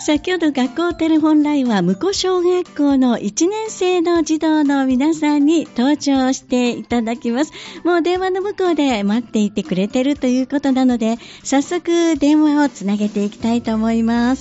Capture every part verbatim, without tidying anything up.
さあ、今日の学校テレフォンラインは向こう小学校のいちねん生の児童の皆さんに登場していただきます。もう電話の向こうで待っていてくれてるということなので、早速電話をつなげていきたいと思います。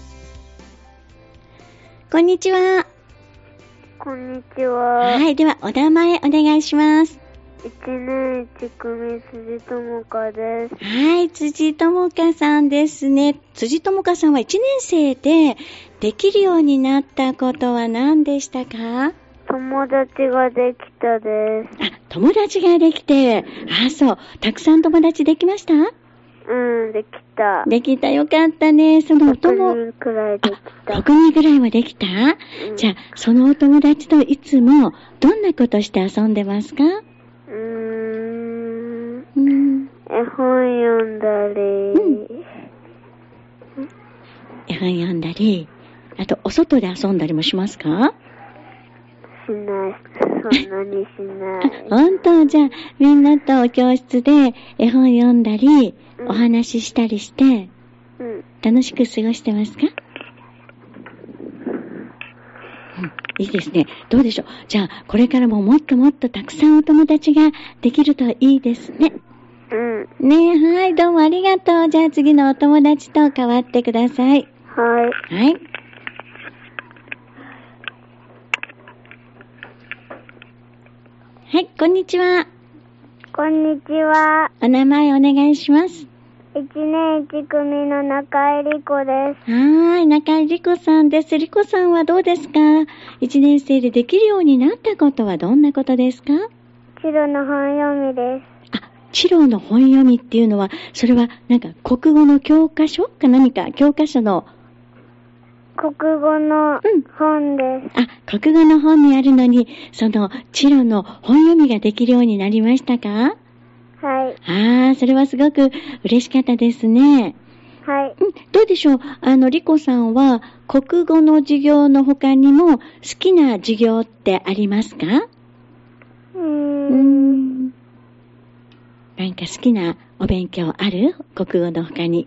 こんにちは。 こんにちは。 はい、ではお名前お願いします。 いちねんいち組辻智香です。 はい、辻智香さんですね。辻智香さんはいちねん生でできるようになったことは何でしたか？ 友達ができたです。 あ、友達ができて、あ、そう、たくさん友達できました？ うん、できた。 できた、よかったね。そのお友ろくにんくらいできた。 ろくにんくらいはできた？うん、じゃあ、そのお友達といつもどんなことして遊んでますか？ うーん、 うん、 絵本読んだり、うん、 絵本読んだり、あとお外で遊んだりもしますか？ しない。そんなにしない。 本当？じゃあみんなと教室で絵本読んだり、うん、お話ししたりして、うん、楽しく過ごしてますか？うん、いいですね。どうでしょう。じゃあこれからももっともっとたくさんお友達ができるといいですね。 うん。 ねえ、はい、どうもありがとう。じゃあ次のお友達と代わってください。 はい。 はい。はい、こんにちは。 こんにちは。 お名前お願いします。 いちねんいち組の中井理子です。 はーい、中井理子さんです。理子さんはどうですか？いちねん生でできるようになったことはどんなことですか？ チロの本読みです。 あ、チロの本読みっていうのは、それはなんか国語の教科書か何か、教科書の国語の本です。 うん、あ、国語の本にあるのに、そのチロの本読みができるようになりましたか？ はい。 ああ、それはすごく嬉しかったですね。 はい。 うん、どうでしょう？あの、リコさんは国語の授業の他にも好きな授業ってありますか？ うーん。 なんか好きなお勉強ある？国語の他に。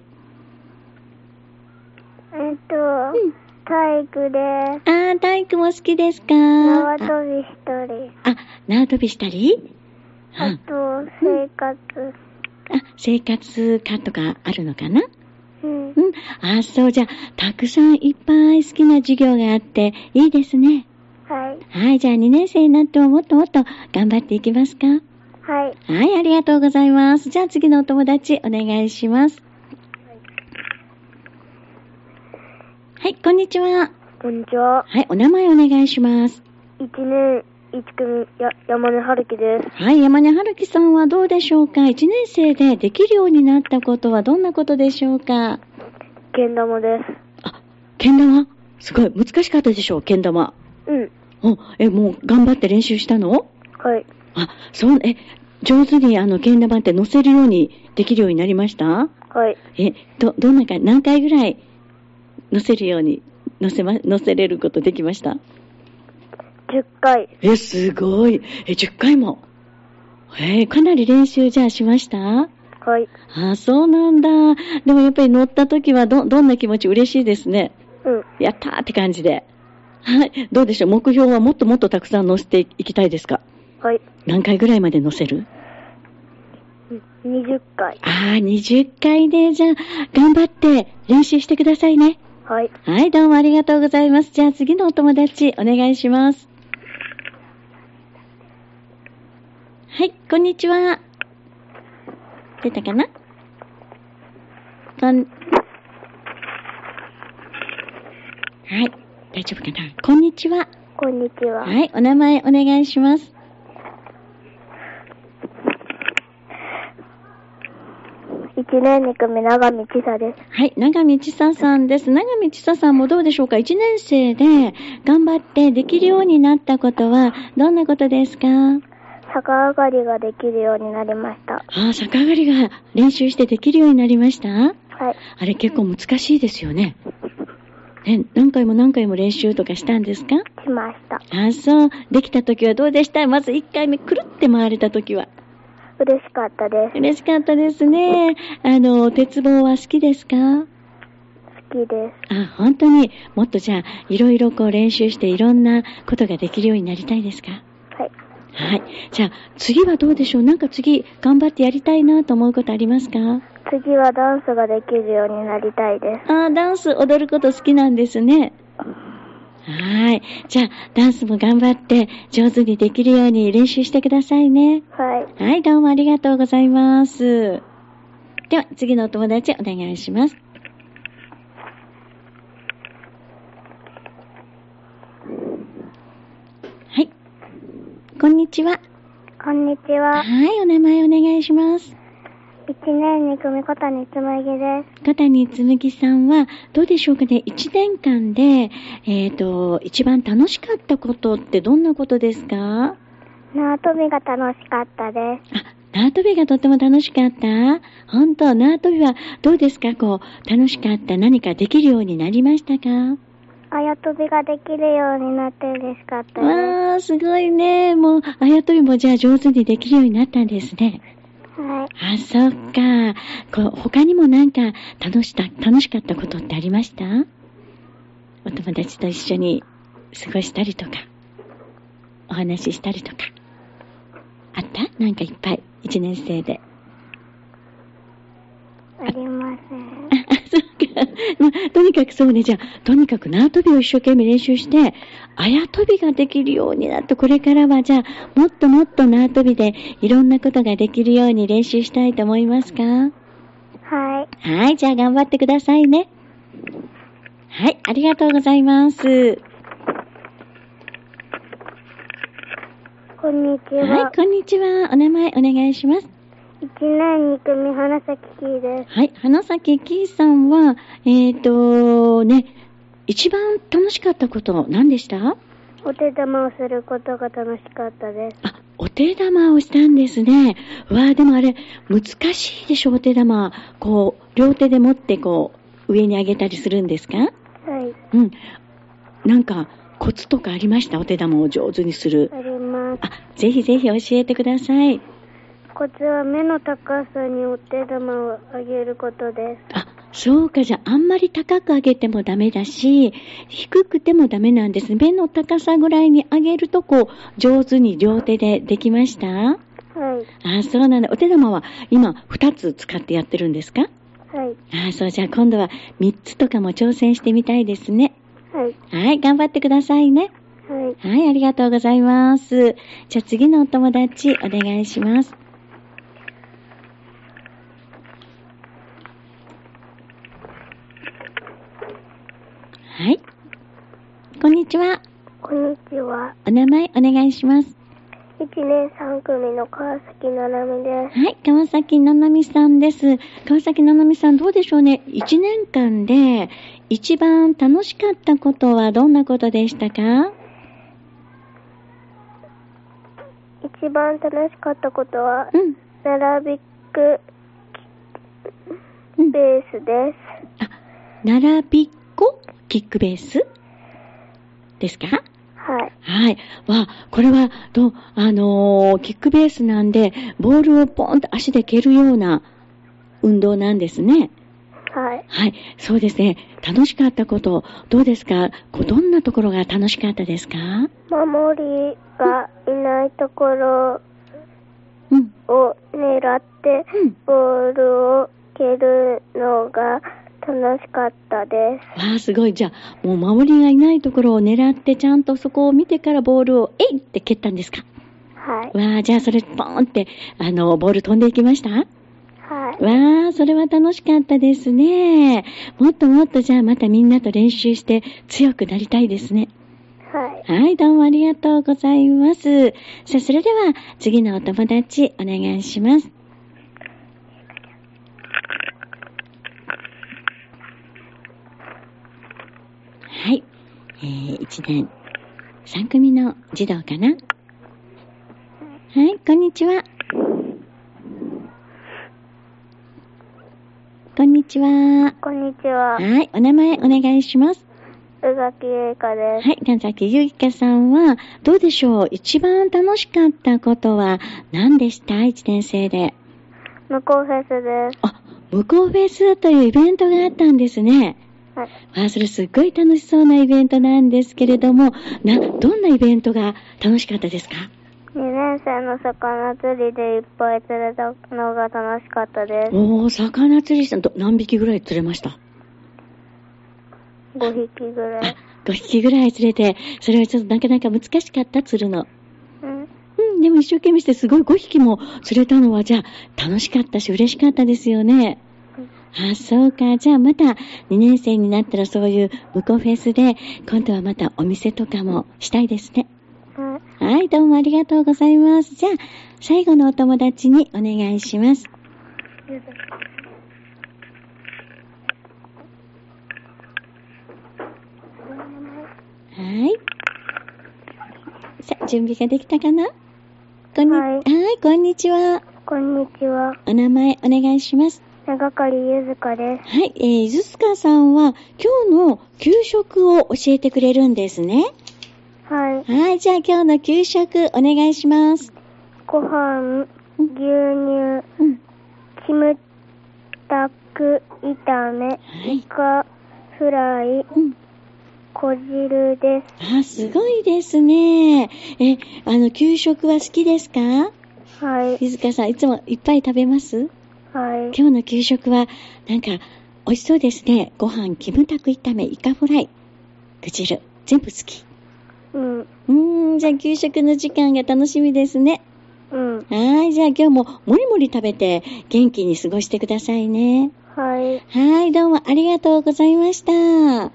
えっと、うん、体育です。 ああ、体育も好きですか？ 縄跳びしたり。 あ、縄跳びしたり？ あと、生活、うん。 あ、生活科とかあるのかな？ うん。うん。 あ、そう、じゃあ、たくさんいっぱい好きな授業があって、いいですね。 はい。 はい、じゃあにねん生になってももっともっと頑張っていきますか？ はい。 はい、ありがとうございます。じゃあ次のお友達お願いします。はい、はい、こんにちは。 こんにちは。 はい、お名前お願いします。 いちねんいち組、や、山根春樹です。 はい、山根春樹さんはどうでしょうか？いちねん生でできるようになったことはどんなことでしょうか？ けん玉です。 あ、けん玉？すごい、難しかったでしょう、けん玉。 うん。 お、え、もう頑張って練習したの？ はい。 あ、そう、え、上手にあの、けん玉って乗せるようにできるようになりました？ はい。 え、ど、どんなか、何回ぐらい乗せるように、乗せま、乗せれることできました？ じゅっかい。 え、すごい。え、じゅっかいも。え、かなり練習じゃあしました？ はい。 あ、そうなんだ。でもやっぱり乗った時はど、どんな気持ち？嬉しいですね。 うん。 やったーって感じで。はい。どうでしょう？目標はもっともっとたくさん乗せていきたいですか？ はい。 何回ぐらいまで乗せる？ にじゅっかい。 ああ、にじゅっかいで、じゃあ、頑張って練習してくださいね。 はい。 はい、どうもありがとうございます。じゃあ次のお友達、お願いします。はい、こんにちは。出たかな？こん、はい、大丈夫かな？こんにちは。 こんにちは。 はい、お名前お願いします。 いちねんに組、長見千佐です。 はい、長見千佐さんです。長見千佐さんもどうでしょうか？いちねん生で頑張ってできるようになったことはどんなことですか？ 逆上がりができるようになりました。 ああ、逆上がりが練習してできるようになりました？はい。あれ結構難しいですよね。ね、何回も何回も練習とかしたんですか？ しました。 ああ、そう。できた時はどうでした？まずいっかいめくるって回れた時は。 嬉しかったです。 嬉しかったですね。あの、鉄棒は好きですか？ 好きです。 あ、本当にもっとじゃあいろいろこう練習していろんなことができるようになりたいですか？ はい。 はい。じゃあ次はどうでしょう？なんか次頑張ってやりたいなと思うことありますか？ 次はダンスができるようになりたいです。 あ、ダンス踊ること好きなんですね。はい。じゃあダンスも頑張って上手にできるように練習してくださいね。 はい。 はい、どうもありがとうございます。では次のお友達お願いします。はい。こんにちは。 こんにちは。 はい、お名前お願いします。 いちねんに組小谷つむぎです。 小谷つむぎさんはどうでしょうかね。いちねんかんで、えっと、一番楽しかったことってどんなことですか？ 縄跳びが楽しかったです。 あ、縄跳びがとっても楽しかった？本当、縄跳びはどうですか？こう、楽しかった、何かできるようになりましたか？ あや跳びができるようになって嬉しかったです。 わー、すごいね。もう、あや跳びもじゃあ上手にできるようになったんですね。 はい。 あ、そっか。こう、他にもなんか楽しか、楽しかったことってありました？お友達と一緒に過ごしたりとか、お話ししたりとか。あった？なんかいっぱい、いちねん生で。 ありません。 あ、そっか。まあ、とにかくそうね。じゃあ、とにかく縄跳びを一生懸命練習して、あや跳びができるようになって、これからはじゃあ、もっともっと縄跳びでいろんなことができるように練習したいと思いますか？ はい。 はい、じゃあ頑張ってくださいね。はい、ありがとうございます。 こんにちは。 はい、こんにちは。お名前お願いします。 いちねんに組花咲キーです。 はい、花咲キーさんは、えっと、ね、一番楽しかったこと何でした？ お手玉をすることが楽しかったです。 あ、お手玉をしたんですね。わあ、でもあれ、難しいでしょ、お手玉。こう、両手で持ってこう、上に上げたりするんですか？ はい。 うん。なんか、コツとかありました？お手玉を上手にする。 あります。 あ、ぜひぜひ教えてください。 コツは目の高さにお手玉を上げることです。 あ、そうか。じゃあ、あんまり高く上げてもダメだし、低くてもダメなんですね。目の高さぐらいに上げると、こう、上手に両手でできました？ はい。 あ、そうなんだ。お手玉は今ふたつ使ってやってるんですか？ はい。 あ、そう。じゃあ今度はみっつとかも挑戦してみたいですね。 はい。 はい、頑張ってくださいね。 はい。 はい、ありがとうございます。じゃあ次のお友達お願いします。はい。こんにちは。 こんにちは。 お名前お願いします。 いちねんさん組の川崎ななみです。 はい、川崎ななみさんです。川崎ななみさん、どうでしょうね。いちねんかんで一番楽しかったことはどんなことでしたか？ 一番楽しかったことは、 うん。 ナラビックベースです。 あ、ナラビッコキックベースですか？ はい。 はい。わ、これは、ど、あのー、キックベースなんで、ボールをポンと足で蹴るような運動なんですね。 はい。 はい。そうですね。楽しかったこと、どうですか？こうどんなところが楽しかったですか？ 守りがいないところうん。 を狙って、 うんボールを蹴るのが楽しかったです。 わあ、すごい。じゃあ、もう守りがいないところを狙って、ちゃんとそこを見てからボールを、えいって蹴ったんですか？ はい。 わあ、じゃあそれ、ポーンって、あの、ボール飛んでいきました？ はい。 わあ、それは楽しかったですね。もっともっとじゃあまたみんなと練習して強くなりたいですね。 はい。 はい、どうもありがとうございます。さあ、それでは次のお友達お願いします。はい、えー、いちねんさん組の児童かな。はい、こんにちは。こんにちは。 こんにちは。 はい、お名前お願いします。 宇垣優香です。 はい、宇垣優香さんはどうでしょう？一番楽しかったことは何でした？いちねん生で。 向こうフェスです。 あ、向こうフェスというイベントがあったんですね。 はい。 あ、それすっごい楽しそうなイベントなんですけれども、な、どんなイベントが楽しかったですか？ にねん生の魚釣りでいっぱい釣れたのが楽しかったです。 おー、魚釣りしたの何匹ぐらい釣れました？ ごひきぐらい。 ごひきぐらい釣れて、それはちょっとなかなか難しかった、釣るの。 うん。 うん、でも一生懸命してすごいごひきも釣れたのは、じゃあ楽しかったし嬉しかったですよね。あ、そうか。じゃあまたにねん生になったらそういうムコフェスで、今度はまたお店とかもしたいですね。 はい。 はい、どうもありがとうございます。じゃあ、最後のお友達にお願いします。はい。さあ、準備ができたかな？こんに、 はい。 はい、こんにちは。 こんにちは。 お名前お願いします。 長狩ゆずかです。 はい、えー、ずすかさんは今日の給食を教えてくれるんですね。 はい。 はい、じゃあ今日の給食お願いします。 ご飯、牛乳、 うん、 キムタク炒め、 はい、 イカフライ、 うん、 小汁です。 あ、すごいですね。え、あの、給食は好きですか？ はい。 ゆずかさん、いつもいっぱい食べます？ はい。 今日の給食は、なんか、美味しそうですね。ご飯、キムタク炒め、イカフライ、具汁、全部好き。 うん。 うーん、じゃあ給食の時間が楽しみですね。 うん。 はい、じゃあ今日ももりもり食べて元気に過ごしてくださいね。 はい。 はい、どうもありがとうございました。 先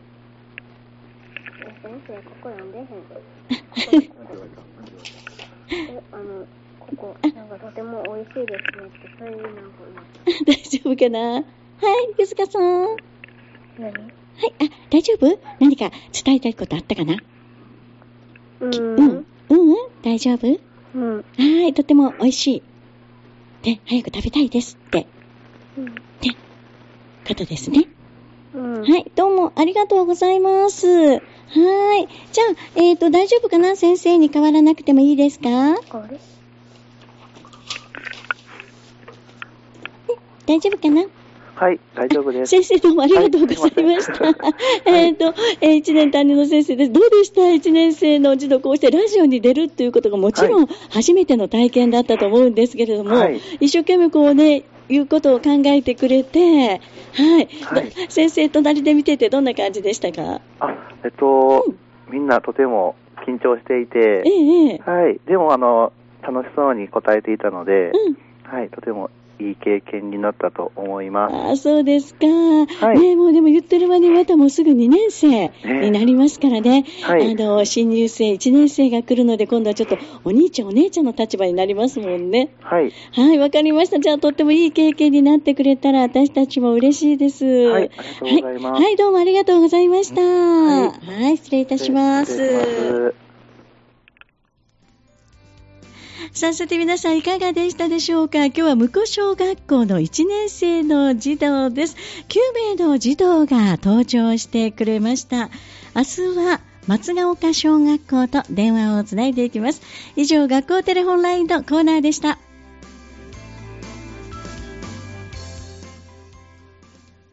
生、ここ読んでへんで。え、あの、ここ、なんかとても美味しいですねって、そういうなんか大丈夫かな？はい、ゆずかさん。はい、 何？ あ、大丈夫？何か伝えたいことあったかな？ うん。 うん、うん、うん、大丈夫？ うん。 はい、とても美味しい。で、早く食べたいですって。 うん。 ね、ことですね。 うん。 はい、どうもありがとうございます。はい。じゃあ、えっと、大丈夫かな？先生に変わらなくてもいいですか？ あれ？ 大丈夫かな？ はい、大丈夫です。 先生どうもありがとうございました。はい、えっと、えー、いちねん担任の先生です。どうでした？いちねん生の児童、こうしてラジオに出るっていうことがもちろん初めての体験だったと思うんですけれども、はい、一生懸命こうね、いうことを考えてくれて、はい。はい、先生、隣で見ててどんな感じでしたか？ あ、えっと、うん、みんなとても緊張していて、 ええ、 はい。でも、あの、楽しそうに答えていたので、 うん、 はい、とてもいい経験になったと思います。 ああ、そうですか。 はい、 ね、もうでも言ってる間にまたもうすぐにねん生になりますからね。 はい、 あの、新入生いちねん生が来るので、今度はちょっとお兄ちゃんお姉ちゃんの立場になりますもんね。 はい。 はい、わかりました。じゃあ、とってもいい経験になってくれたら、私たちも嬉しいです。 はい、ありがとうございます。 はい、はい、どうもありがとうございました。 はい、 はい、失礼いたします。 失礼します。 さあ、さて皆さんいかがでしたでしょうか？今日は向こう小学校のいちねん生の児童です。きゅうめいの児童が登場してくれました。明日は松ヶ丘小学校と電話をつないでいきます。以上、学校テレホンラインのコーナーでした。